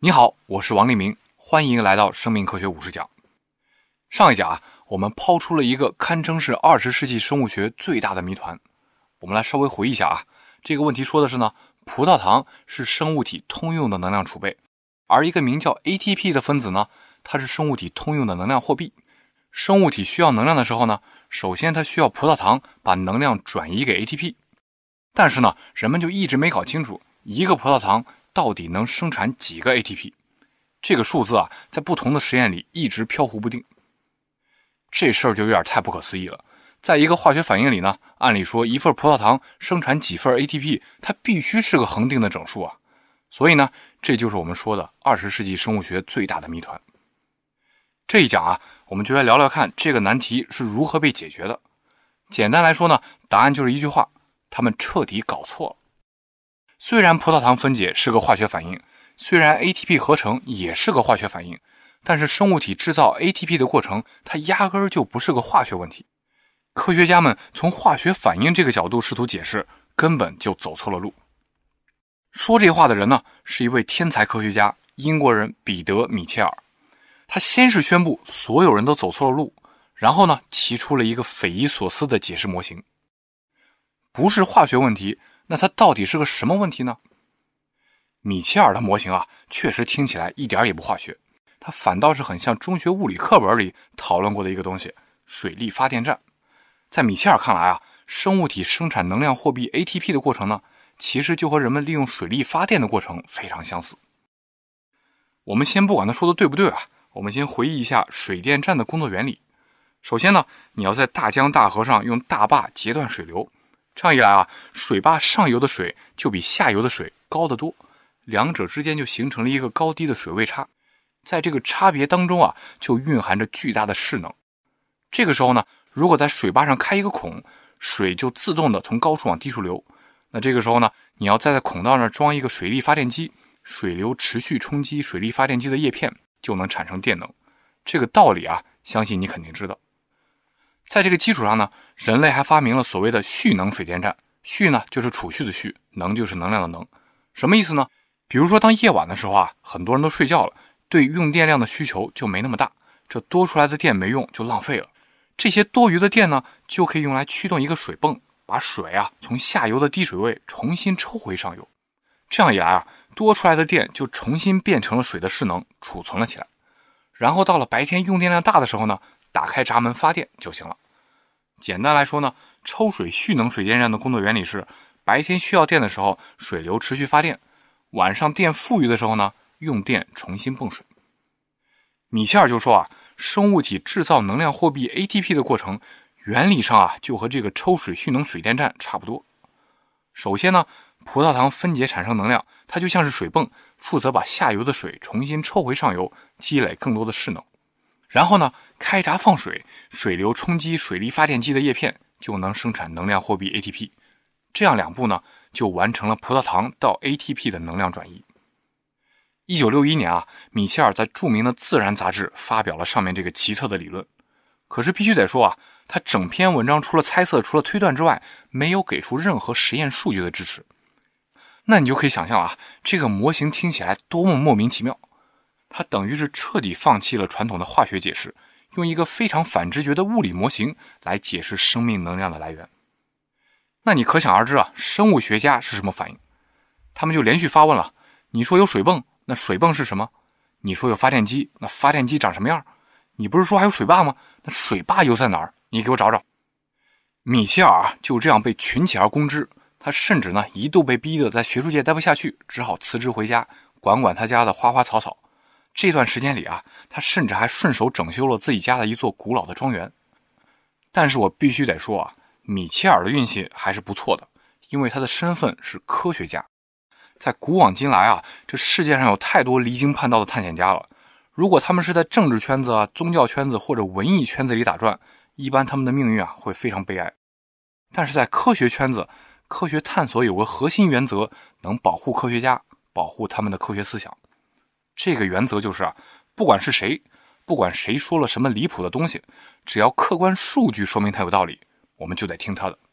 你好，我是王立明，欢迎来到生命科学50讲。上一讲我们抛出了一个堪称是20世纪生物学最大的谜团。我们来稍微回忆一下这个问题说的是呢，葡萄糖是生物体通用的能量储备，而一个名叫 ATP 的分子呢，它是生物体通用的能量货币。生物体需要能量的时候呢，首先它需要葡萄糖把能量转移给 ATP。但是呢，人们就一直没搞清楚一个葡萄糖到底能生产几个 ATP？ 这个数字在不同的实验里一直飘忽不定。这事儿就有点太不可思议了。在一个化学反应里呢，按理说一份葡萄糖生产几份 ATP， 它必须是个恒定的整数所以呢，这就是我们说的20世纪生物学最大的谜团。这一讲我们就来聊聊看这个难题是如何被解决的。简单来说呢，答案就是一句话：他们彻底搞错了。虽然葡萄糖分解是个化学反应，虽然 ATP 合成也是个化学反应，但是生物体制造 ATP 的过程，它压根儿就不是个化学问题。科学家们从化学反应这个角度试图解释，根本就走错了路。说这话的人呢，是一位天才科学家，英国人彼得·米切尔。他先是宣布所有人都走错了路，然后呢，提出了一个匪夷所思的解释模型。不是化学问题，那它到底是个什么问题呢？米切尔的模型确实听起来一点也不化学，它反倒是很像中学物理课本里讨论过的一个东西——水力发电站。在米切尔看来生物体生产能量货币 ATP 的过程呢，其实就和人们利用水力发电的过程非常相似。我们先不管他说的对不对我们先回忆一下水电站的工作原理。首先呢，你要在大江大河上用大坝截断水流，这样一来水坝上游的水就比下游的水高得多，两者之间就形成了一个高低的水位差。在这个差别当中就蕴含着巨大的势能。这个时候呢，如果在水坝上开一个孔，水就自动的从高处往低处流。那这个时候呢，你要再在孔道上装一个水力发电机，水流持续冲击水力发电机的叶片，就能产生电能。这个道理相信你肯定知道。在这个基础上呢，人类还发明了所谓的蓄能水电站。蓄呢就是储蓄的蓄，能就是能量的能。什么意思呢？比如说当夜晚的时候很多人都睡觉了，对用电量的需求就没那么大，这多出来的电没用就浪费了。这些多余的电呢，就可以用来驱动一个水泵，把水从下游的低水位重新抽回上游。这样一来多出来的电就重新变成了水的势能，储存了起来。然后到了白天用电量大的时候呢，打开闸门发电就行了。简单来说呢，抽水蓄能水电站的工作原理是：白天需要电的时候，水流持续发电；晚上电富裕的时候呢，用电重新泵水。米切尔就说生物体制造能量货币 ATP 的过程，原理上就和这个抽水蓄能水电站差不多。首先呢，葡萄糖分解产生能量，它就像是水泵，负责把下游的水重新抽回上游，积累更多的势能。然后呢，开闸放水，水流冲击水力发电机的叶片，就能生产能量货币 ATP。这样两步呢，就完成了葡萄糖到 ATP 的能量转移。1961年米切尔在著名的《自然》杂志发表了上面这个奇特的理论。可是必须得说他整篇文章除了猜测，除了推断之外，没有给出任何实验数据的支持。那你就可以想象这个模型听起来多么莫名其妙。它等于是彻底放弃了传统的化学解释，用一个非常反直觉的物理模型来解释生命能量的来源。那你可想而知生物学家是什么反应？他们就连续发问了：你说有水泵，那水泵是什么？你说有发电机，那发电机长什么样？你不是说还有水坝吗？那水坝又在哪儿？你给我找找。米切尔就这样被群起而攻之，他甚至呢一度被逼得在学术界待不下去，只好辞职回家管管他家的花花草草。这段时间里他甚至还顺手整修了自己家的一座古老的庄园。但是我必须得说米切尔的运气还是不错的，因为他的身份是科学家。在古往今来这世界上有太多离经叛道的探险家了。如果他们是在政治圈子宗教圈子或者文艺圈子里打转，一般他们的命运会非常悲哀。但是在科学圈子，科学探索有个核心原则，能保护科学家，保护他们的科学思想。这个原则就是不管是谁，不管谁说了什么离谱的东西，只要客观数据说明他有道理，我们就得听他的。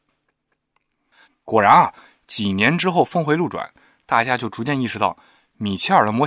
果然几年之后峰回路转，大家就逐渐意识到米切尔的模型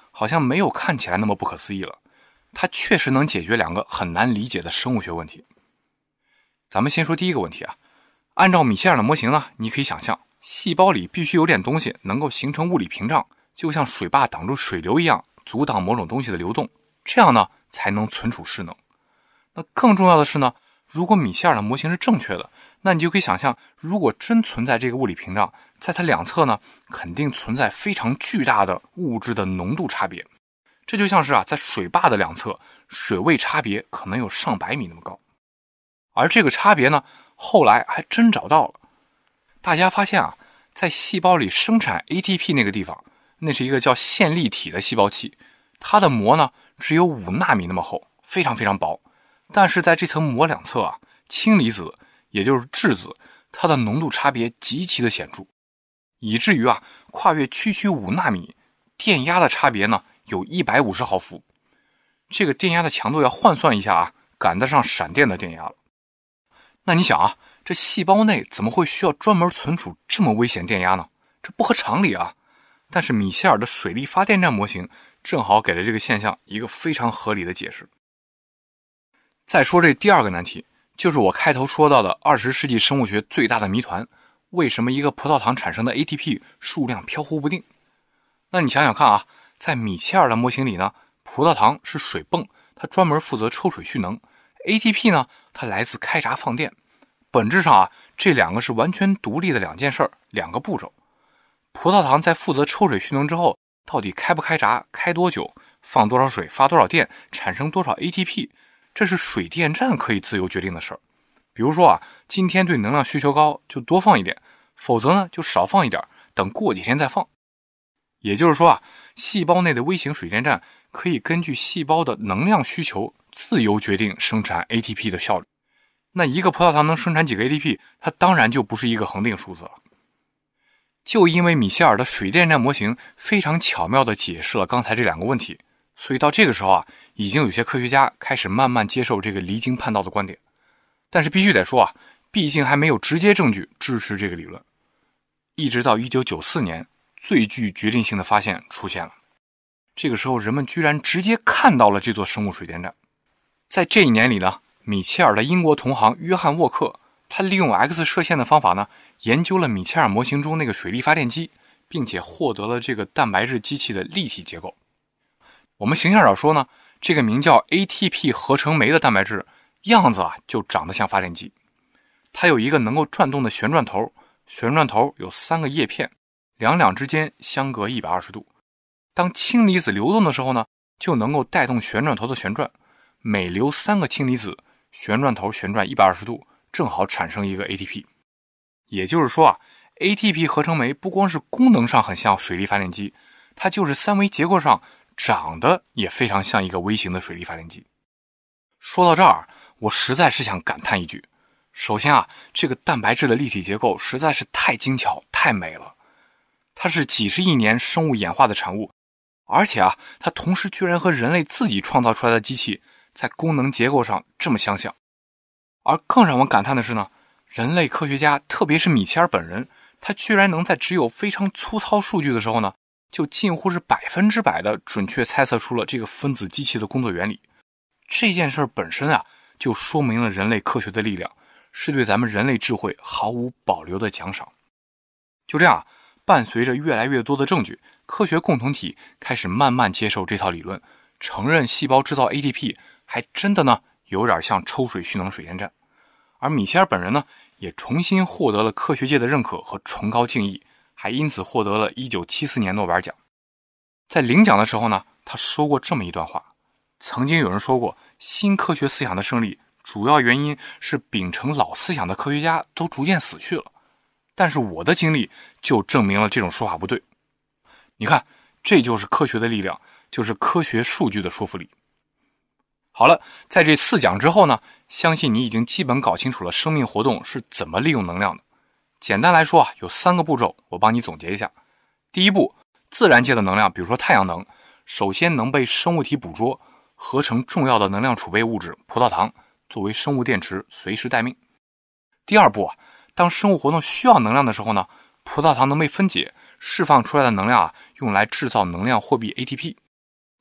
好像没有看起来那么不可思议了，它确实能解决2个很难理解的生物学问题。咱们先说第一个问题啊，按照米歇尔的模型呢，你可以想象细胞里必须有点东西能够形成物理屏障，就像水坝挡住水流一样，阻挡某种东西的流动，这样呢才能存储势能。那更重要的是呢，如果米歇尔的模型是正确的，那你就可以想象，如果真存在这个物理屏障，在它两侧呢肯定存在非常巨大的物质的浓度差别，这就像是在水坝的两侧，水位差别可能有上百米那么高。而这个差别呢，后来还真找到了。大家发现在细胞里生产 ATP 那个地方，那是一个叫线粒体的细胞器，它的膜呢只有5纳米那么厚，非常非常薄。但是在这层膜两侧氢离子，也就是质子，它的浓度差别极其的显著，以至于跨越区5纳米，电压的差别呢有150毫伏。这个电压的强度要换算一下赶得上闪电的电压了。那你想这细胞内怎么会需要专门存储这么危险电压呢？这不合常理啊！但是米歇尔的水力发电站模型正好给了这个现象一个非常合理的解释。再说这第2个难题，就是我开头说到的20世纪生物学最大的谜团，为什么一个葡萄糖产生的 ATP 数量飘忽不定？那你想想看在米歇尔的模型里呢，葡萄糖是水泵，它专门负责抽水蓄能， ATP 呢，它来自开闸放电。本质上这2个是完全独立的2件事，2个步骤。葡萄糖在负责抽水蓄能之后，到底开不开闸，开多久，放多少水，发多少电，产生多少 ATP， 这是水电站可以自由决定的事儿。比如说今天对能量需求高，就多放一点，否则呢就少放一点，等过几天再放。也就是说细胞内的微型水电站可以根据细胞的能量需求自由决定生产 ATP 的效率。那一个葡萄糖能生产几个 ATP， 它当然就不是一个恒定数字了。就因为米歇尔的水电站模型非常巧妙地解释了刚才这2个问题，所以到这个时候已经有些科学家开始慢慢接受这个离经叛道的观点。但是必须得说毕竟还没有直接证据支持这个理论。一直到1994年，最具决定性的发现出现了。这个时候人们居然直接看到了这座生物水电站。在这一年里呢，米切尔的英国同行约翰沃克，他利用 X 射线的方法呢，研究了米切尔模型中那个水力发电机，并且获得了这个蛋白质机器的立体结构。我们形象上说呢，这个名叫 ATP 合成酶的蛋白质样子就长得像发电机。它有一个能够转动的旋转头，旋转头有3个叶片，两之间相隔120度。当氢离子流动的时候呢，就能够带动旋转头的旋转，每流3个氢离子，旋转头旋转120度，正好产生一个 ATP。 也就是说ATP 合成酶不光是功能上很像水力发电机，它就是3维结构上长得也非常像一个微型的水力发电机。说到这儿，我实在是想感叹一句，首先这个蛋白质的立体结构实在是太精巧太美了，它是几十亿年生物演化的产物，而且它同时居然和人类自己创造出来的机器在功能结构上这么相像。而更让我感叹的是呢，人类科学家特别是米切尔本人，他居然能在只有非常粗糙数据的时候呢，就近乎是100%的准确猜测出了这个分子机器的工作原理。这件事本身就说明了人类科学的力量，是对咱们人类智慧毫无保留的奖赏。就这样伴随着越来越多的证据，科学共同体开始慢慢接受这套理论，承认细胞制造 ATP 还真的呢有点像抽水蓄能水电站。而米歇尔本人呢，也重新获得了科学界的认可和崇高敬意，还因此获得了1974年诺贝尔奖。在领奖的时候呢，他说过这么一段话，曾经有人说过，新科学思想的胜利主要原因是秉承老思想的科学家都逐渐死去了，但是我的经历就证明了这种说法不对。你看，这就是科学的力量，就是科学数据的说服力。好了，在这4讲之后呢，相信你已经基本搞清楚了生命活动是怎么利用能量的。简单来说有3个步骤，我帮你总结一下。第一步，自然界的能量，比如说太阳能，首先能被生物体捕捉，合成重要的能量储备物质葡萄糖，作为生物电池随时待命。第二步当生物活动需要能量的时候呢，葡萄糖能被分解，释放出来的能量用来制造能量货币 ATP，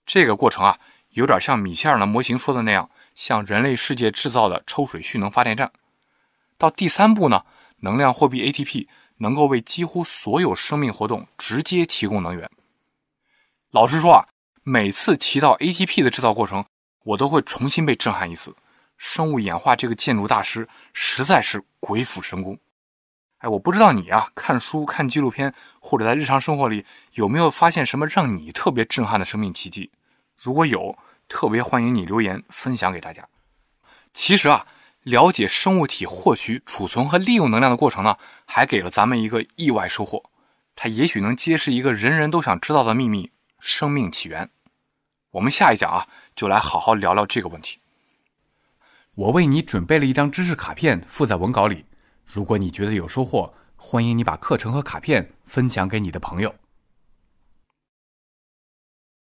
这个过程啊，有点像米歇尔的模型说的那样，向人类世界制造的抽水蓄能发电站。到第3步呢，能量货币 ATP 能够为几乎所有生命活动直接提供能源。老实说啊，每次提到 ATP 的制造过程，我都会重新被震撼一次。生物演化这个建筑大师实在是鬼斧神工。我不知道你啊，看书、看纪录片或者在日常生活里有没有发现什么让你特别震撼的生命奇迹？如果有，特别欢迎你留言分享给大家。其实啊，了解生物体获取、储存和利用能量的过程呢，还给了咱们一个意外收获。它也许能揭示一个人人都想知道的秘密——生命起源。我们下一讲啊，就来好好聊聊这个问题。我为你准备了一张知识卡片，附在文稿里。如果你觉得有收获，欢迎你把课程和卡片分享给你的朋友。